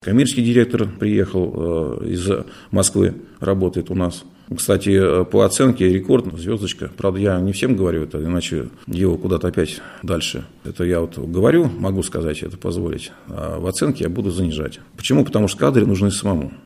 коммерческий директор приехал из Москвы, работает у нас. Кстати, по оценке рекорд, звездочка. Правда, я не всем говорю это, иначе его куда-то опять дальше. Это я вот говорю, могу сказать это, позволить. А в оценке я буду занижать. Почему? Потому что кадры нужны самому.